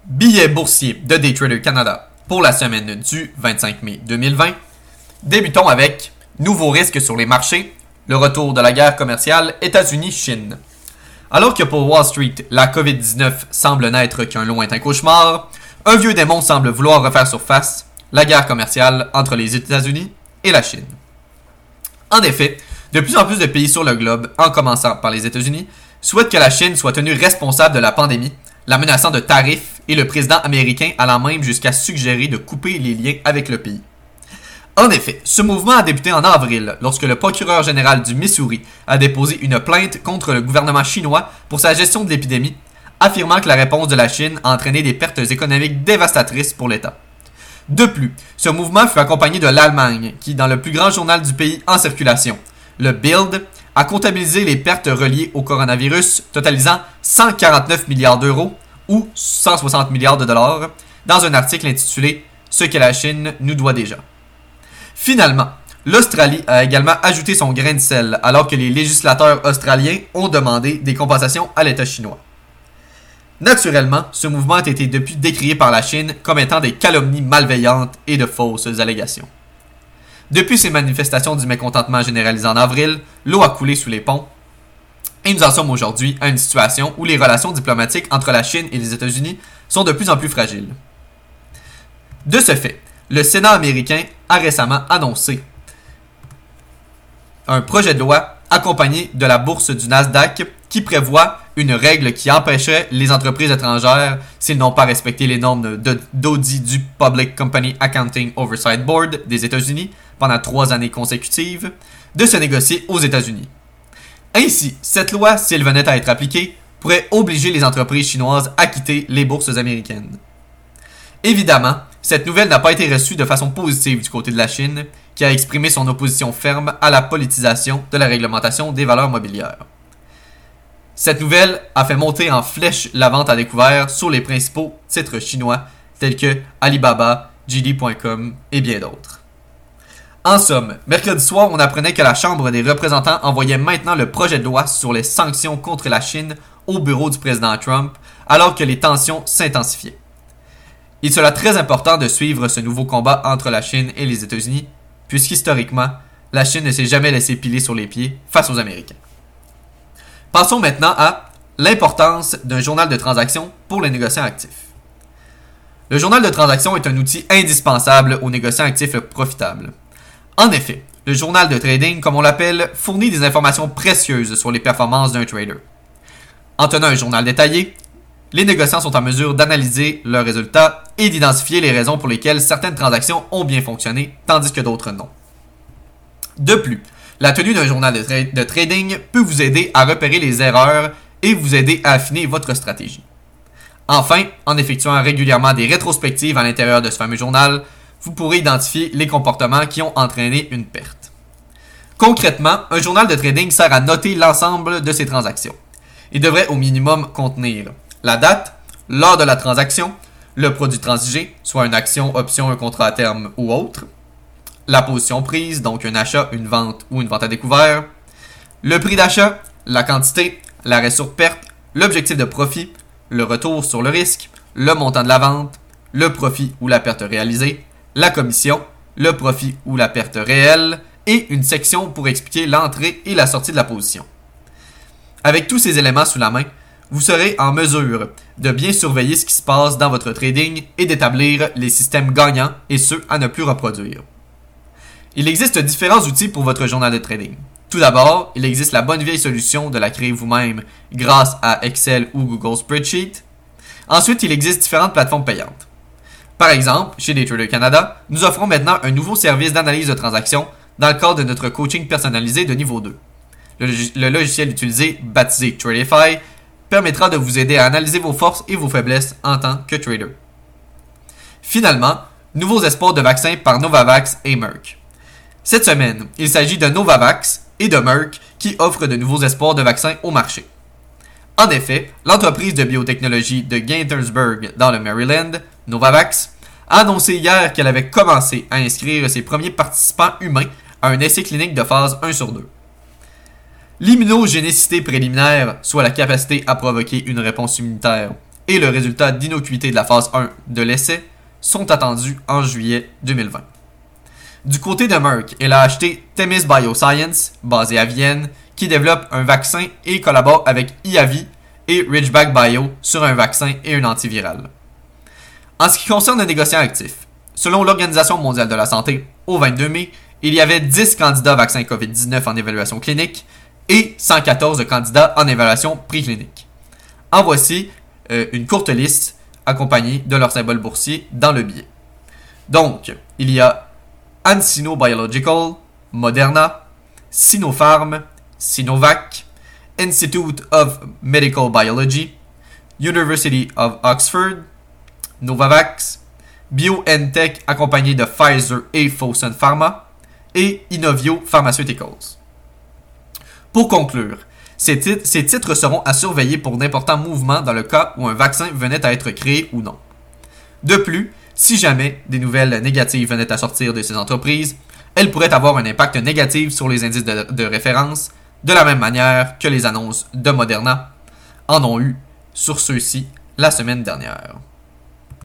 Billets boursiers de Daytrader Canada pour la semaine du 25 mai 2020. Débutons avec nouveaux risques sur les marchés, le retour de la guerre commerciale États-Unis-Chine. Alors que pour Wall Street, la COVID-19 semble n'être qu'un lointain cauchemar, un vieux démon semble vouloir refaire surface, la guerre commerciale entre les États-Unis et la Chine. En effet, de plus en plus de pays sur le globe, en commençant par les États-Unis, souhaitent que la Chine soit tenue responsable de la pandémie, la menaçant de tarifs et le président américain allant même jusqu'à suggérer de couper les liens avec le pays. En effet, ce mouvement a débuté en avril lorsque le procureur général du Missouri a déposé une plainte contre le gouvernement chinois pour sa gestion de l'épidémie, affirmant que la réponse de la Chine a entraîné des pertes économiques dévastatrices pour l'État. De plus, ce mouvement fut accompagné de l'Allemagne qui, dans le plus grand journal du pays en circulation, le Bild, a comptabilisé les pertes reliées au coronavirus totalisant 149 milliards d'euros ou 160 milliards de dollars dans un article intitulé « Ce que la Chine nous doit déjà ». Finalement, l'Australie a également ajouté son grain de sel alors que les législateurs australiens ont demandé des compensations à l'État chinois. Naturellement, ce mouvement a été depuis décrié par la Chine comme étant des calomnies malveillantes et de fausses allégations. Depuis ces manifestations du mécontentement généralisé en avril, l'eau a coulé sous les ponts et nous en sommes aujourd'hui à une situation où les relations diplomatiques entre la Chine et les États-Unis sont de plus en plus fragiles. De ce fait, le Sénat américain a récemment annoncé un projet de loi accompagné de la bourse du Nasdaq qui prévoit une règle qui empêcherait les entreprises étrangères, s'ils n'ont pas respecté les normes d'audit du Public Company Accounting Oversight Board des États-Unis pendant 3 années consécutives, de se négocier aux États-Unis. Ainsi, cette loi, si elle venait à être appliquée, pourrait obliger les entreprises chinoises à quitter les bourses américaines. Évidemment, cette nouvelle n'a pas été reçue de façon positive du côté de la Chine, qui a exprimé son opposition ferme à la politisation de la réglementation des valeurs mobilières. Cette nouvelle a fait monter en flèche la vente à découvert sur les principaux titres chinois tels que Alibaba, JD.com et bien d'autres. En somme, mercredi soir, on apprenait que la Chambre des représentants envoyait maintenant le projet de loi sur les sanctions contre la Chine au bureau du président Trump, alors que les tensions s'intensifiaient. Il sera très important de suivre ce nouveau combat entre la Chine et les États-Unis, puisqu'historiquement, la Chine ne s'est jamais laissée piler sur les pieds face aux Américains. Passons maintenant à l'importance d'un journal de transaction pour les négociants actifs. Le journal de transaction est un outil indispensable aux négociants actifs profitables. En effet, le journal de trading, comme on l'appelle, fournit des informations précieuses sur les performances d'un trader. En tenant un journal détaillé, les négociants sont en mesure d'analyser leurs résultats et d'identifier les raisons pour lesquelles certaines transactions ont bien fonctionné, tandis que d'autres non. De plus, la tenue d'un journal de trading peut vous aider à repérer les erreurs et vous aider à affiner votre stratégie. Enfin, en effectuant régulièrement des rétrospectives à l'intérieur de ce fameux journal, vous pourrez identifier les comportements qui ont entraîné une perte. Concrètement, un journal de trading sert à noter l'ensemble de ces transactions. Il devrait au minimum contenir la date, l'heure de la transaction, le produit transigé, soit une action, option, un contrat à terme ou autre, la position prise, donc un achat, une vente ou une vente à découvert, le prix d'achat, la quantité, l'arrêt sur perte, l'objectif de profit, le retour sur le risque, le montant de la vente, le profit ou la perte réalisée, la commission, le profit ou la perte réelle et une section pour expliquer l'entrée et la sortie de la position. Avec tous ces éléments sous la main, vous serez en mesure de bien surveiller ce qui se passe dans votre trading et d'établir les systèmes gagnants et ceux à ne plus reproduire. Il existe différents outils pour votre journal de trading. Tout d'abord, il existe la bonne vieille solution de la créer vous-même grâce à Excel ou Google Spreadsheet. Ensuite, il existe différentes plateformes payantes. Par exemple, chez Daytrader Canada, nous offrons maintenant un nouveau service d'analyse de transactions dans le cadre de notre coaching personnalisé de niveau 2. Le logiciel utilisé, baptisé Tradify, permettra de vous aider à analyser vos forces et vos faiblesses en tant que trader. Finalement, nouveaux espoirs de vaccins par Novavax et Merck. Cette semaine, il s'agit de Novavax et de Merck qui offrent de nouveaux espoirs de vaccins au marché. En effet, l'entreprise de biotechnologie de Gaithersburg dans le Maryland, Novavax, a annoncé hier qu'elle avait commencé à inscrire ses premiers participants humains à un essai clinique de phase 1 sur 2. L'immunogénicité préliminaire, soit la capacité à provoquer une réponse immunitaire, et le résultat d'innocuité de la phase 1 de l'essai sont attendus en juillet 2020. Du côté de Merck, elle a acheté Themis Bioscience, basée à Vienne, qui développe un vaccin et collabore avec IAVI et Ridgeback Bio sur un vaccin et un antiviral. En ce qui concerne le négociant actif, selon l'Organisation mondiale de la santé, au 22 mai, il y avait 10 candidats vaccins COVID-19 en évaluation clinique et 114 candidats en évaluation préclinique. En voici une courte liste accompagnée de leur symbole boursier dans le billet. Donc, il y a CanSino Biological, Moderna, Sinopharm, Sinovac, Institute of Medical Biology, University of Oxford, Novavax, BioNTech accompagné de Pfizer et Fosun Pharma, et Inovio Pharmaceuticals. Pour conclure, ces titres seront à surveiller pour d'importants mouvements dans le cas où un vaccin venait à être créé ou non. De plus, si jamais des nouvelles négatives venaient à sortir de ces entreprises, elles pourraient avoir un impact négatif sur les indices de référence, de la même manière que les annonces de Moderna en ont eu sur ceux-ci la semaine dernière.